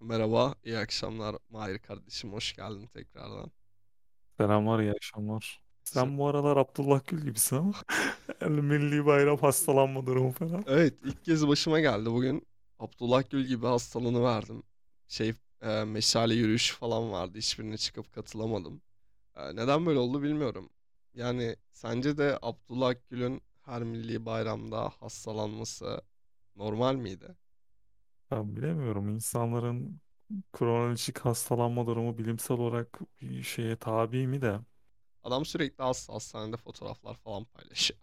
Merhaba, iyi akşamlar Mahir kardeşim, hoş geldin tekrardan. Selamlar, iyi akşamlar. Şimdi, Sen bu aralar Abdullah Gül gibisin ama yani milli bayram hastalanma durumu falan. evet, ilk kez başıma geldi bugün. Abdullah Gül gibi hastalığını verdim. Şey, meşale yürüyüşü falan vardı, hiçbirine çıkıp katılamadım. Neden böyle oldu bilmiyorum. Yani sence de Abdullah Gül'ün her milli bayramda hastalanması normal miydi? Ben bilemiyorum, insanların kronolojik hastalanma durumu bilimsel olarak bir şeye tabi mi de. Adam sürekli hastanede fotoğraflar falan paylaşıyor.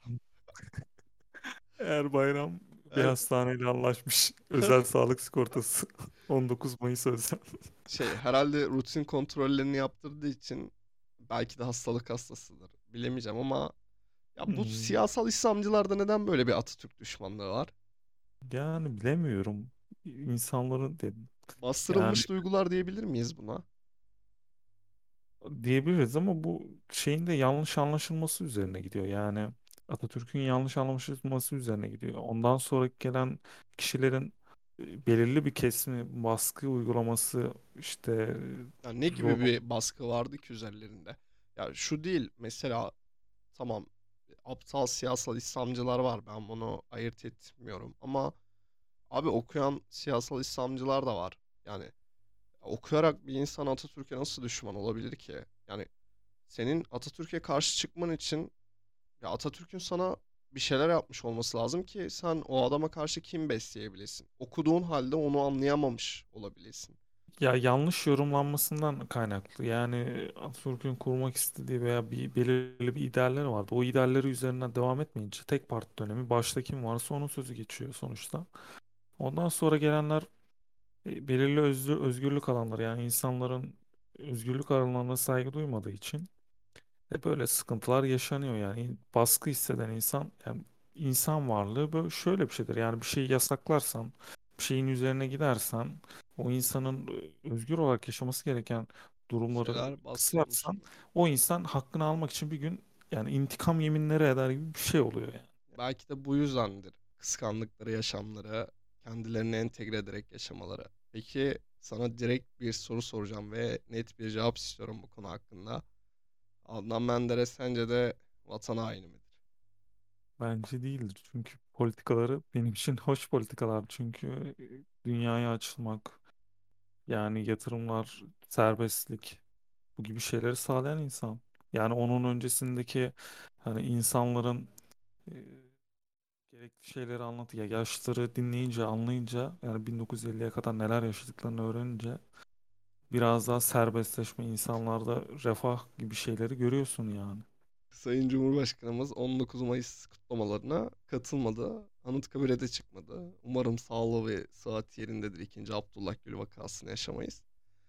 Eğer bayram bir Evet. hastaneyle anlaşmış, özel sağlık sigortası 19 Mayıs özel. Herhalde rutin kontrollerini yaptırdığı için belki de hastalık hastasıdır. Bilemeyeceğim ama ya bu Hmm, siyasal İslamcılarda neden böyle bir Atatürk düşmanlığı var? Yani bilemiyorum, insanların yani Bastırılmış duygular diyebilir miyiz buna? diyebiliriz ama bu şeyin de yanlış anlaşılması üzerine gidiyor. Yani Atatürk'ün yanlış anlaşılması üzerine gidiyor. Ondan sonra gelen kişilerin belirli bir kesimi baskı uygulaması işte Yani ne zor. gibi bir baskı vardı ki üzerlerinde? Ya şu değil mesela, tamam, aptal siyasal İslamcılar var, ben bunu ayırt etmiyorum ama abi okuyan siyasal İslamcılar da var. Yani okuyarak bir insan Atatürk'e nasıl düşman olabilir ki? Yani senin Atatürk'e karşı çıkman için ya Atatürk'ün sana bir şeyler yapmış olması lazım ki sen o adama karşı kin besleyebilesin. Okuduğun halde onu anlayamamış olabilesin. Ya yanlış yorumlanmasından kaynaklı. Yani Atatürk'ün kurmak istediği veya belirli bir idealleri vardı. O idealleri üzerinden devam etmeyince tek parti dönemi başta kim varsa onun sözü geçiyor sonuçta. Ondan sonra gelenler belirli özgürlük alanları, yani insanların özgürlük alanlarına saygı duymadığı için böyle sıkıntılar yaşanıyor. Yani baskı hisseden insan, yani insan varlığı böyle şöyle bir şeydir. Yani bir şeyi yasaklarsan, bir şeyin üzerine gidersen, o insanın özgür olarak yaşaması gereken durumları Şeyler bastırılmış kısarsan, oluyor. o insan hakkını almak için bir gün yani intikam yeminleri eder gibi bir şey oluyor yani. Belki de bu yüzdendir. Kıskandıkları yaşamları kendilerine entegre ederek yaşamaları. Peki sana direkt bir soru soracağım ve net bir cevap istiyorum bu konu hakkında. Adnan Menderes sence de vatan haini midir? Bence değildir. Çünkü politikaları benim için hoş politikalar. Çünkü dünyaya açılmak, yani yatırımlar, serbestlik, bu gibi şeyleri sağlayan insan. Yani onun öncesindeki hani insanların e, gerekli şeyleri ya yaşları dinleyince, anlayınca, yani 1950'ye kadar neler yaşadıklarını öğrenince biraz daha serbestleşme, insanlarda refah gibi şeyleri görüyorsun yani. Sayın Cumhurbaşkanımız 19 Mayıs kutlamalarına katılmadı. Anıtkabir'e de çıkmadı. Umarım sağlığı ve sıhhat yerindedir. İkinci Abdullah Gül vakasını yaşamayız.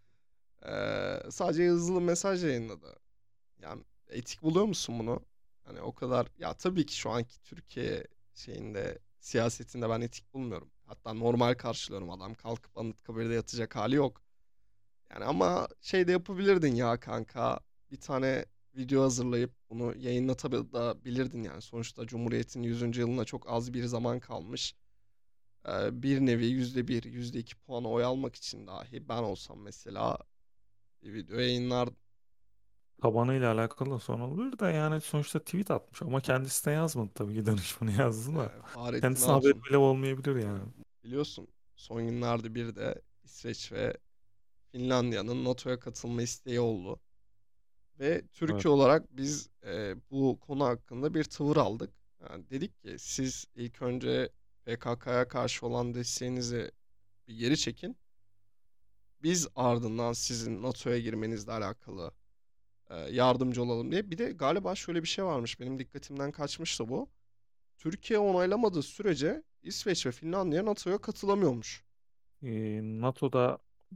Sadece yazılı mesaj yayınladı. Yani etik buluyor musun bunu? Hani o kadar, ya tabii ki şu anki Türkiye siyasetinde ben etik bulmuyorum. Hatta normal karşılıyorum, adam kalkıp Anıtkabir'de yatacak hali yok. Yani ama şey de yapabilirdin ya kanka. Bir tane video hazırlayıp bunu yayınlatabilirdin yani. Sonuçta Cumhuriyet'in 100. yılına çok az bir zaman kalmış. Bir nevi %1, %2 puanı oy almak için dahi ben olsam mesela bir video yayınlardım. Tabanıyla alakalı sorun olabilir de, yani sonuçta tweet atmış ama kendisi de yazmadı, tabii ki danışmanı yazdı da. Fahrettin Kendisi haberi Altun. bile olmayabilir Yani yani. biliyorsun son günlerde bir de İsveç ve Finlandiya'nın NATO'ya katılma isteği oldu. Ve Evet. Türkiye olarak biz bu konu hakkında bir tavır aldık. Yani dedik ki siz ilk önce PKK'ya karşı olan desteğinizi bir geri çekin. Biz ardından sizin NATO'ya girmenizle alakalı yardımcı olalım diye. Bir de galiba şöyle bir şey varmış. Benim dikkatimden kaçmıştı bu. Türkiye onaylamadığı sürece İsveç ve Finlandiya NATO'ya katılamıyormuş. NATO'da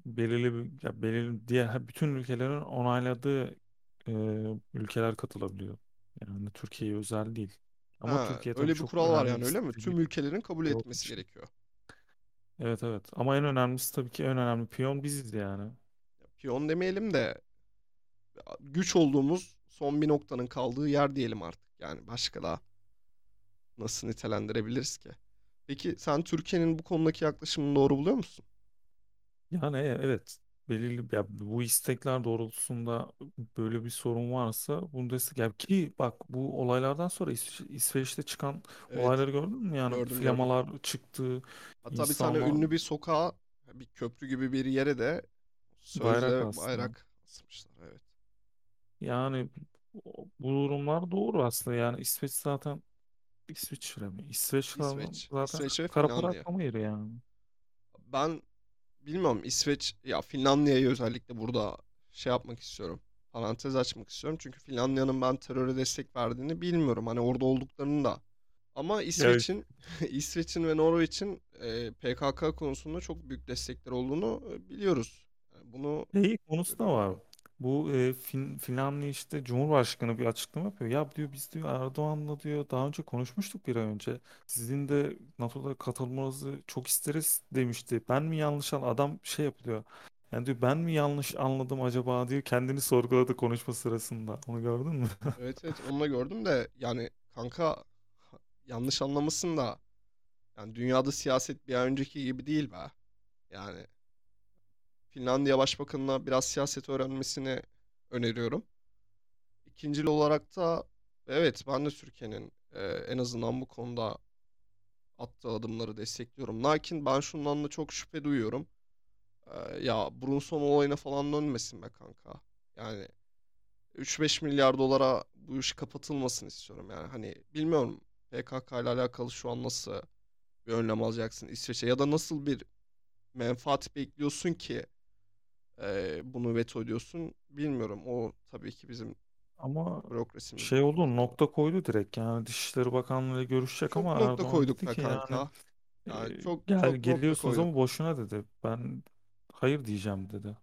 belirli diğer bütün ülkelerin onayladığı ülkeler katılabiliyor. Yani Türkiye'ye özel değil. Ama Ha, Türkiye tabii öyle bir çok kural var önemli bir yani, öyle mi? stratejik Tüm ülkelerin kabul şey olduğu etmesi için. gerekiyor. Evet, evet. Ama en önemlisi, tabii ki en önemli piyon biziz yani. Piyon demeyelim de güç olduğumuz son bir noktanın kaldığı yer diyelim artık. Yani başka da nasıl nitelendirebiliriz ki? Peki sen Türkiye'nin bu konudaki yaklaşımını doğru buluyor musun? Yani evet, belirli ya, bu istekler doğrultusunda böyle bir sorun varsa bunu destek ya, ki bak bu olaylardan sonra İsveç'te çıkan Evet, olayları gördün mü? Yani gördüm gördüm. flamalar çıktı, Hatta bir tane insanlar ünlü bir sokağa, bir köprü gibi bir yere de bayrak sözde aslında. bayrak asmışlar. Evet. Yani bu durumlar doğru aslında. Yani İsveç zaten, İsviçre mi? İsveç İsveç. zaten İsveç ve kara para Finlandiya. aklama yeri yani. Ben bilmiyorum, İsveç ya Finlandiya'yı özellikle burada şey yapmak istiyorum. Parantez açmak istiyorum. Çünkü Finlandiya'nın ben teröre destek verdiğini bilmiyorum. Hani orada olduklarını da. Ama Ya İsveç'in İsveç'in ve Norveç'in PKK konusunda çok büyük destekler olduğunu biliyoruz. Yani bunu şey konusu da var. görüyorum. Bu Finlandiya işte Cumhurbaşkanı bir açıklama yapıyor. Ya diyor, biz diyor Erdoğan'la diyor daha önce konuşmuştuk bir ay önce. Sizin de NATO'da katılmanızı çok isteriz demişti. Ben mi yanlış adam şey yapıyor. Yani diyor, ben mi yanlış anladım acaba diyor. Kendini sorguladı konuşma sırasında. Onu gördün mü? Evet evet, onu da gördüm de yani kanka, yanlış anlamasın da yani dünyada siyaset bir ay önceki gibi değil be. Yani Finlandiya Başbakanı'na biraz siyaset öğrenmesini öneriyorum. İkincil olarak da evet, ben de Türkiye'nin en azından bu konuda attığı adımları destekliyorum. Lakin ben şundan da çok şüphe duyuyorum. Ya Brunson olayına falan dönmesin be kanka. Yani 3-5 milyar dolara bu iş kapatılmasını istiyorum. Yani hani bilmiyorum, PKK ile alakalı şu an nasıl bir önlem alacaksın İsveç'e, ya da nasıl bir menfaat bekliyorsun ki bunu veto ediyorsun, bilmiyorum. O tabii ki bizim Ama bürokrasimizin şey oldu, problemi. nokta koydu direkt. Yani Dışişleri Bakanlığı ile görüşecek Çok ama nokta Erdoğan koyduk dedi be ki yani kanka. Yani çok gel çok nokta geliyorsunuz koyduk. ama boşuna dedi. Ben hayır diyeceğim dedi.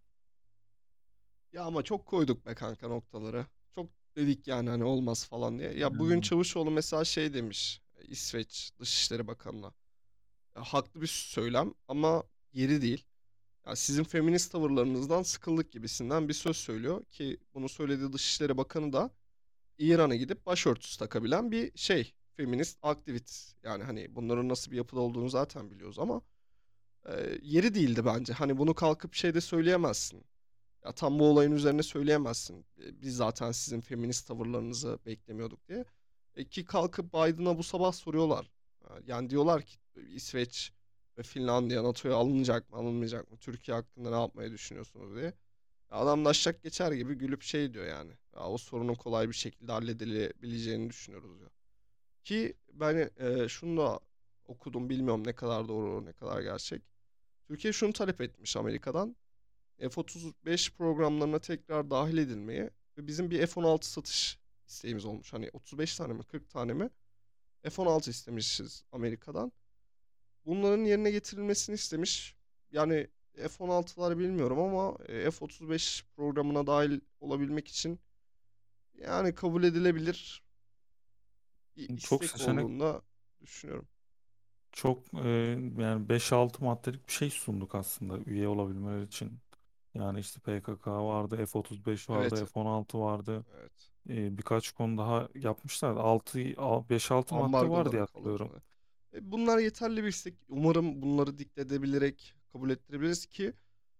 Ya ama çok koyduk be kanka noktaları. Çok dedik yani hani olmaz falan diye. Ya bugün Yani, Çavuşoğlu mesela şey demiş, İsveç Dışişleri Bakanı'na. Ya haklı bir söylem ama yeri değil. Ya sizin feminist tavırlarınızdan sıkıldık gibisinden bir söz söylüyor ki bunu söylediği Dışişleri Bakanı da İran'a gidip başörtüsü takabilen bir şey. Feminist aktivist. Yani hani bunların nasıl bir yapıda olduğunu zaten biliyoruz ama yeri değildi bence. Hani bunu kalkıp şeyde söyleyemezsin. Ya tam bu olayın üzerine söyleyemezsin. Biz zaten sizin feminist tavırlarınızı beklemiyorduk diye. Ki kalkıp Biden'a bu sabah soruyorlar. Yani diyorlar ki İsveç ve Finlandiya NATO'ya alınacak mı, alınmayacak mı? Türkiye hakkında ne yapmayı düşünüyorsunuz diye. Adam da aşak geçer gibi gülüp şey diyor yani. Ya o sorunun kolay bir şekilde halledilebileceğini düşünüyoruz diyor. Ki ben şunu da okudum, bilmiyorum ne kadar doğru ne kadar gerçek. Türkiye şunu talep etmiş Amerika'dan. F-35 programlarına tekrar dahil edilmeyi ve bizim bir F-16 satış isteğimiz olmuş. Hani 35 tane mi 40 tane mi F-16 istemişiz Amerika'dan. Bunların yerine getirilmesini istemiş. Yani F-16'lar bilmiyorum ama F-35 programına dahil olabilmek için yani kabul edilebilir bir çok istek seçenek, olduğunu da düşünüyorum. çok yani 5-6 maddelik bir şey sunduk aslında üye olabilmeleri için. Yani işte PKK vardı, F-35 Evet, vardı, F-16 vardı. evet. Birkaç konu daha yapmışlar. 5-6 madde var diye Ambargolara hatırlıyorum. kalınmalı. Bunlar yeterli bir istek. Umarım bunları dikte edebilerek kabul ettirebiliriz ki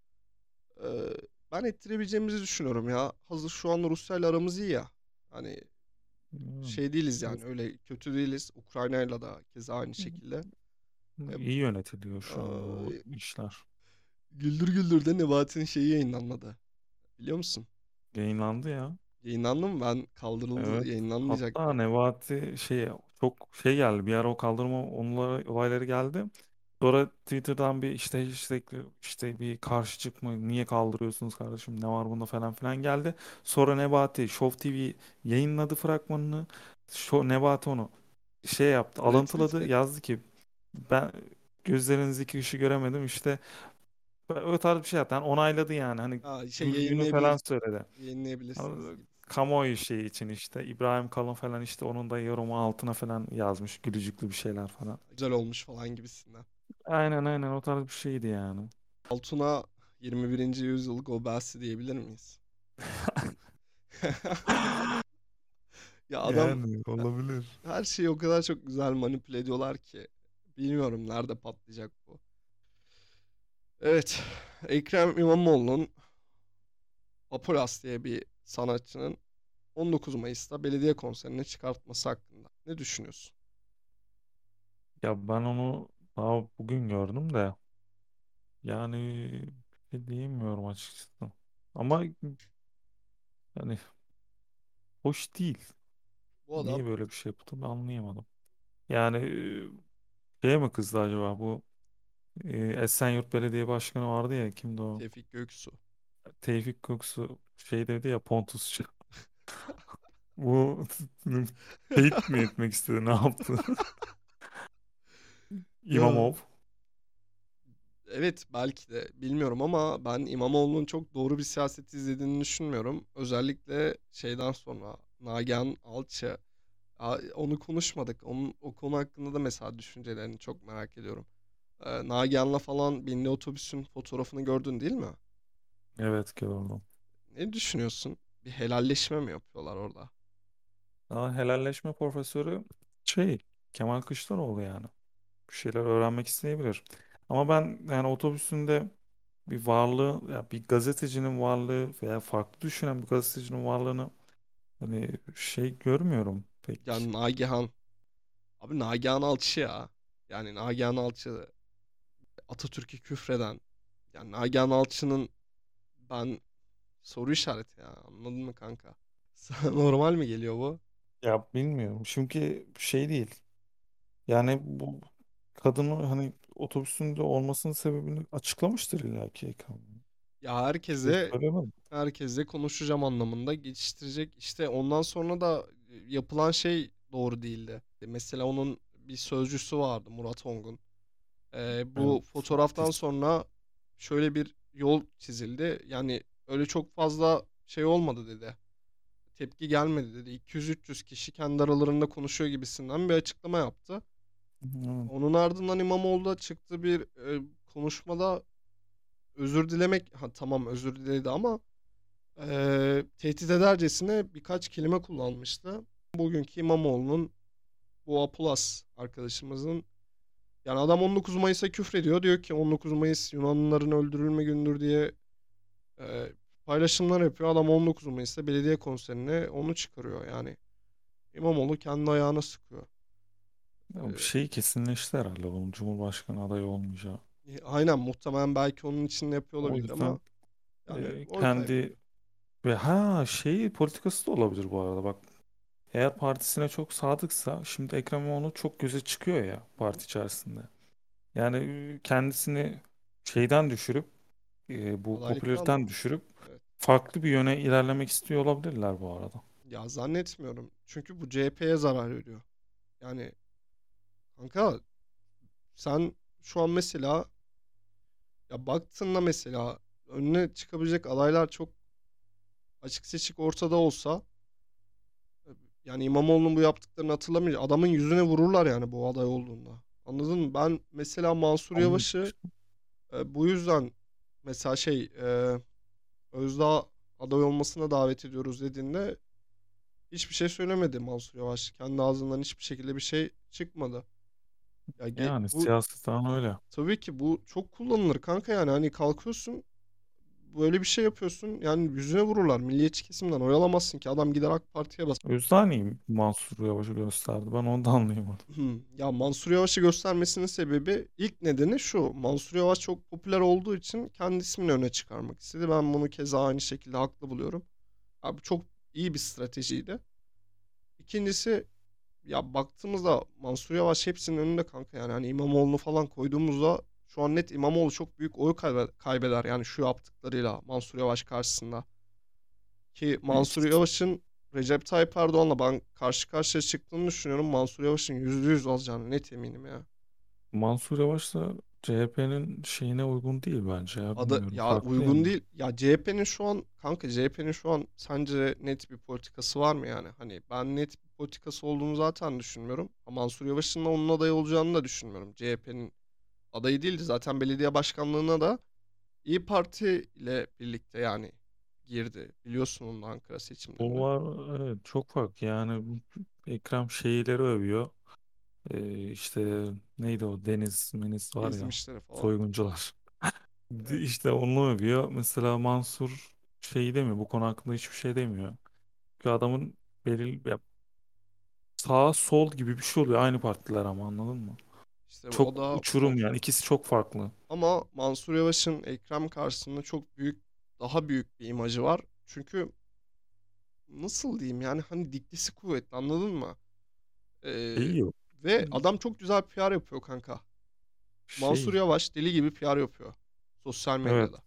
e, ben ettirebileceğimizi düşünüyorum ya. Hazır şu anda Rusya ile aramız iyi ya. Hani Hmm. şey değiliz yani, öyle kötü değiliz. Ukrayna'yla da keza aynı şekilde. E, İyi yönetiliyor şu anda o Ay, işler. Güldür Güldür'de Nebati'nin şeyi yayınlanmadı. Biliyor musun? Yayınlandı ya. Yayınlandı mı? Ben kaldırıldı, Evet. Hatta yayınlanmayacak. Nebati şey, çok şey geldi. Bir ara o kaldırma olayları geldi. Sonra Twitter'dan bir işte işte bir karşı çıkma, niye kaldırıyorsunuz kardeşim, ne var bunda falan filan geldi. Sonra Nebati Show TV yayınladı fragmanını. Nebati onu şey yaptı, Retweet mi alıntıladı, etti? yazdı ki ben gözlerinizdeki ışığı göremedim işte, o tarz bir şey yaptı. Yani onayladı yani, hani Ha, şey güldüğünü falan söyledi. yayınlayabilirsiniz Ama gibi. kamuoyu şeyi için işte İbrahim Kalın falan işte onun da yorumu altına falan yazmış gülücüklü bir şeyler falan. Güzel olmuş falan gibisinden. Aynen aynen, o tarz bir şeydi yani. Altuna 21. yüzyıl gobelsi diyebilir miyiz? Ya adam Yani olabilir. her şeyi o kadar çok güzel manipüle ediyorlar ki bilmiyorum nerede patlayacak bu. Evet. Ekrem İmamoğlu'nun Apolas diye bir sanatçının 19 Mayıs'ta belediye konserini çıkartması hakkında ne düşünüyorsun? Ya ben onu daha bugün gördüm de yani bir şey diyemiyorum açıkçası. Ama yani hoş değil. Bu Niye adam böyle bir şey yaptı ben anlayamadım. Yani şeye mi kızdı acaba bu Esenyurt Belediye Başkanı vardı ya kimdi o? Tevfik Göksu. Tevfik Göksu şey dedi ya Pontusçu. Bu teyit mi etmek istedi ne yaptı? Ya İmamov. evet, belki de bilmiyorum ama ben İmamoğlu'nun çok doğru bir siyaset izlediğini düşünmüyorum. Özellikle şeyden sonra Nagihan Alçı. Onu konuşmadık. O konu hakkında da mesela düşüncelerini çok merak ediyorum. Nagihan'la falan binli otobüsün fotoğrafını gördün değil mi? Evet gördüm. Ne düşünüyorsun? Bir helalleşme mi yapıyorlar orada? Ama helalleşme profesörü şey Kemal Kılıçdaroğlu yani. Bir şeyler öğrenmek isteyebilir. Ama ben yani otobüsünde bir varlığı ya bir gazetecinin varlığı veya farklı düşünen bir gazetecinin varlığını hani şey görmüyorum pek. Yani Nagihan. Abi Nagihan Alçı ya. Yani Nagihan Alçı Atatürk'e küfreden. Yani Nagihan Alçı'nın ben soru işareti ya. Anladın mı kanka? Sana normal mi geliyor bu? Ya bilmiyorum. Çünkü şey değil. Yani bu kadının hani otobüsünde olmasının sebebini açıklamıştır illa ki Ekrem. Ya Bir şey herkese söylemem. herkesle konuşacağım anlamında geçiştirecek. İşte ondan sonra da yapılan şey doğru değildi. Mesela onun bir sözcüsü vardı, Murat Ongun. Evet, Bu fotoğraftan artist. sonra şöyle bir yol çizildi. Yani öyle çok fazla şey olmadı dedi. Tepki gelmedi dedi. 200-300 kişi kendi aralarında konuşuyor gibisinden bir açıklama yaptı. Evet. Onun ardından İmamoğlu da çıktı bir konuşmada özür dilemek, ha, tamam özür diledi ama tehdit edercesine birkaç kelime kullanmıştı. Bugünkü İmamoğlu'nun bu Apulas arkadaşımızın, yani adam 19 Mayıs'a küfrediyor. Diyor ki 19 Mayıs Yunanlıların öldürülme gündür diye e, paylaşımlar yapıyor. Adam 19 Mayıs'ta belediye konserine onu çıkarıyor. Yani İmamoğlu kendi ayağına sıkıyor. Ya bir şey kesinleşti herhalde bunun Cumhurbaşkanı adayı olmayacağı. Aynen, muhtemelen belki onun için de yapıyor O olabilir ama yüzden yani oy kaybı. kendi ve ha şey politikası da olabilir bu arada bak. Eğer partisine çok sadıksa şimdi Ekrem İmamoğlu çok göze çıkıyor ya parti içerisinde. Yani kendisini şeyden düşürüp bu Adaylıktan mı? popülariten düşürüp Evet. farklı bir yöne ilerlemek istiyor olabilirler bu arada. Ya zannetmiyorum. Çünkü bu CHP'ye zarar veriyor. Yani kanka, sen şu an mesela, ya baktığında mesela önüne çıkabilecek adaylar çok açık seçik ortada olsa, yani İmamoğlu'nun bu yaptıklarını hatırlamayacak. Adamın yüzüne vururlar yani bu aday olduğunda. Anladın mı? Ben mesela Mansur Onun Yavaş'ı bu yüzden mesela Özdağ aday olmasına davet ediyoruz dediğinde hiçbir şey söylemedi Mansur Yavaş. Kendi ağzından hiçbir şekilde bir şey çıkmadı. yani Bu siyasetten öyle. tabii ki bu çok kullanılır kanka, yani hani kalkıyorsun böyle bir şey yapıyorsun, yani yüzüne vururlar. Milliyetçi kesimden oyalamazsın ki, adam gider AK Parti'ye basar. O yüzden iyi Mansur Yavaş'ı gösterdi. Ben onu da anlayamadım. Ya Mansur Yavaş'ı göstermesinin sebebi, ilk nedeni şu: Mansur Yavaş çok popüler olduğu için kendi ismini öne çıkarmak istedi. Ben bunu keza aynı şekilde haklı buluyorum. Abi çok iyi bir stratejiydi. İkincisi, ya baktığımızda Mansur Yavaş hepsinin önünde kanka, yani hani İmamoğlu'nu falan koyduğumuzda şu an net İmamoğlu çok büyük oy kaybeder yani şu yaptıklarıyla Mansur Yavaş karşısında. Ki Mansur İkisi- Yavaş'ın Recep Tayyip Erdoğan'la ben karşı karşıya çıktığını düşünüyorum. Mansur Yavaş'ın %100 alacağını net eminim ya. Mansur Yavaş da CHP'nin şeyine uygun değil bence ya bilmiyorum. Ya Farklı uygun yani. değil. Ya CHP'nin şu an kanka, CHP'nin şu an sence net bir politikası var mı yani? Hani ben net bir politikası olduğunu zaten düşünmüyorum. Ama Mansur Yavaş'ın da onun adayı olacağını da düşünmüyorum. CHP'nin adayı değildi. Zaten belediye başkanlığına da İyi Parti ile birlikte yani girdi. Biliyorsun onun Ankara Bu seçimlerine. var evet, çok farklı yani Ekrem şeyleri övüyor. İşte neydi o Deniz Meniz var ya Gezmişleri falan. soyguncular. Evet. İşte onu övüyor. Mesela Mansur şey demiyor. Bu konu hakkında hiçbir şey demiyor. Çünkü adamın belirli ya, sağ sol gibi bir şey oluyor. Aynı partiler ama anladın mı? İşte o Çok da uçurum yani. İkisi çok farklı. ama Mansur Yavaş'ın Ekrem karşısında çok büyük, daha büyük bir imajı var. Çünkü nasıl diyeyim yani hani diklisi kuvvetli, anladın mı? Ee, Şey yok. ve adam çok güzel PR yapıyor kanka. Mansur Şey. Yavaş deli gibi PR yapıyor sosyal Evet. medyada.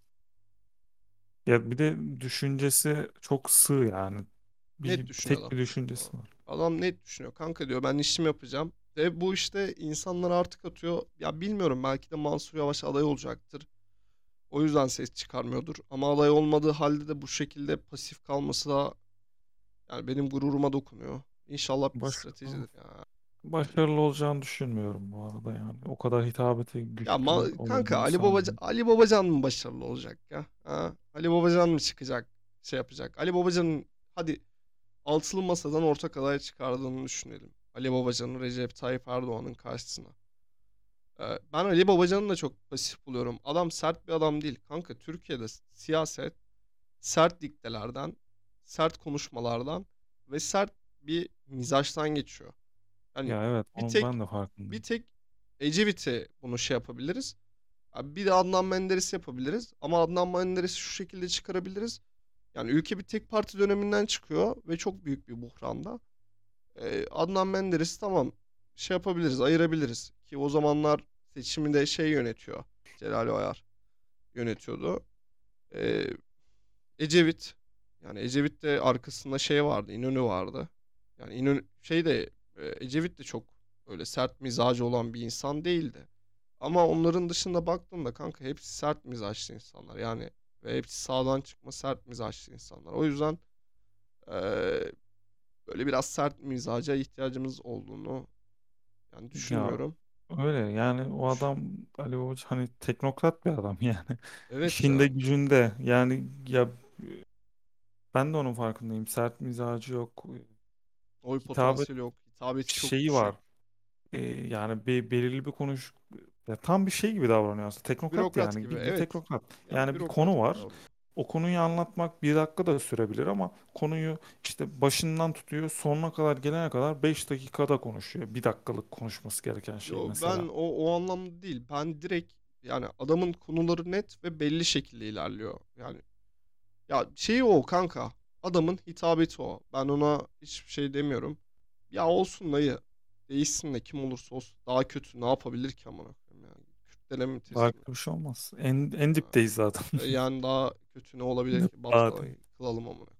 Ya bir de düşüncesi çok sığ yani. Net Bir düşünüyor tek adam. bir düşüncesi var. Adam net düşünüyor. Kanka diyor ben işimi yapacağım. Ve bu işte insanları artık atıyor. Ya bilmiyorum, belki de Mansur Yavaş aday olacaktır. O yüzden ses çıkarmıyordur. Ama aday olmadığı halde de bu şekilde pasif kalması da yani benim gururuma dokunuyor. İnşallah bir Başarılı, stratejidir ya. başarılı olacağını düşünmüyorum bu arada yani. O kadar hitabeti Ya güçlü kanka olduğunu sanmıyorum. Ali Babacan mı başarılı olacak ya? Ha? Ali Babacan mı çıkacak, şey yapacak? Ali Babacan'ın hadi altılı masadan ortak aday çıkardığını düşünelim. Ali Babacan'ı Recep Tayyip Erdoğan'ın karşısına. Ben Ali Babacan'ı da çok pasif buluyorum. Adam sert bir adam değil. Kanka Türkiye'de siyaset sert diktelerden, sert konuşmalardan ve sert bir mizaçtan geçiyor. Yani Ya evet, bir onu tek ben de bir farkındayım. tek Ecevit'e bunu şey yapabiliriz. Abi bir de Adnan Menderes yapabiliriz. Ama Adnan Menderes'i şu şekilde çıkarabiliriz. Yani ülke bir tek parti döneminden çıkıyor ve çok büyük bir buhranda. Adnan Menderes tamam, şey yapabiliriz, ayırabiliriz. Ki o zamanlar seçimi de şey yönetiyor. Celal Bayar yönetiyordu. Ee, Ecevit, yani Ecevit de arkasında şey vardı, İnönü vardı. Yani İnönü şey de Ecevit de çok öyle sert mizacı olan bir insan değildi. Ama onların dışında baktığımda kanka hepsi sert mizaçlı insanlar. Yani ve hepsi sağdan çıkma sert mizaçlı insanlar. O yüzden eee, böyle biraz sert mizaca ihtiyacımız olduğunu yani Ya düşünmüyorum. öyle yani, o adam Ali Babacan hani teknokrat bir adam yani. Evet İşinde ya. gücünde yani, ya ben de onun farkındayım. Sert mizacı yok. Oy Hitabet potansiyeli yok. Hitabeti çok şeyi var. düşük. Yani belirli bir konuş, ya tam bir şey gibi davranıyor aslında. Teknokrat Bürokrat yani, gibi. bildiğin Evet. teknokrat. Ya Yani bir bürokrat konu gibi var. davranıyor. O konuyu anlatmak bir dakika da sürebilir ama konuyu işte başından tutuyor, sonuna kadar gelene kadar 5 dakikada konuşuyor. Bir dakikalık konuşması gereken şey Yo, ben mesela. o anlamda değil. Ben direkt yani adamın konuları net ve belli şekilde ilerliyor. Yani ya şeyi o kanka. Adamın hitabeti o. Ben ona hiçbir şey demiyorum. Ya olsun dayı. Değişsin de kim olursa olsun. Daha kötü ne yapabilir ki amına koyayım yani. Kürtlere mi Daha teslim kötü bir edecek? şey olmaz. En Ha. dipteyiz zaten. Yani daha kötü ne olabilir ki? Zaten. Batı'da kılalım amına.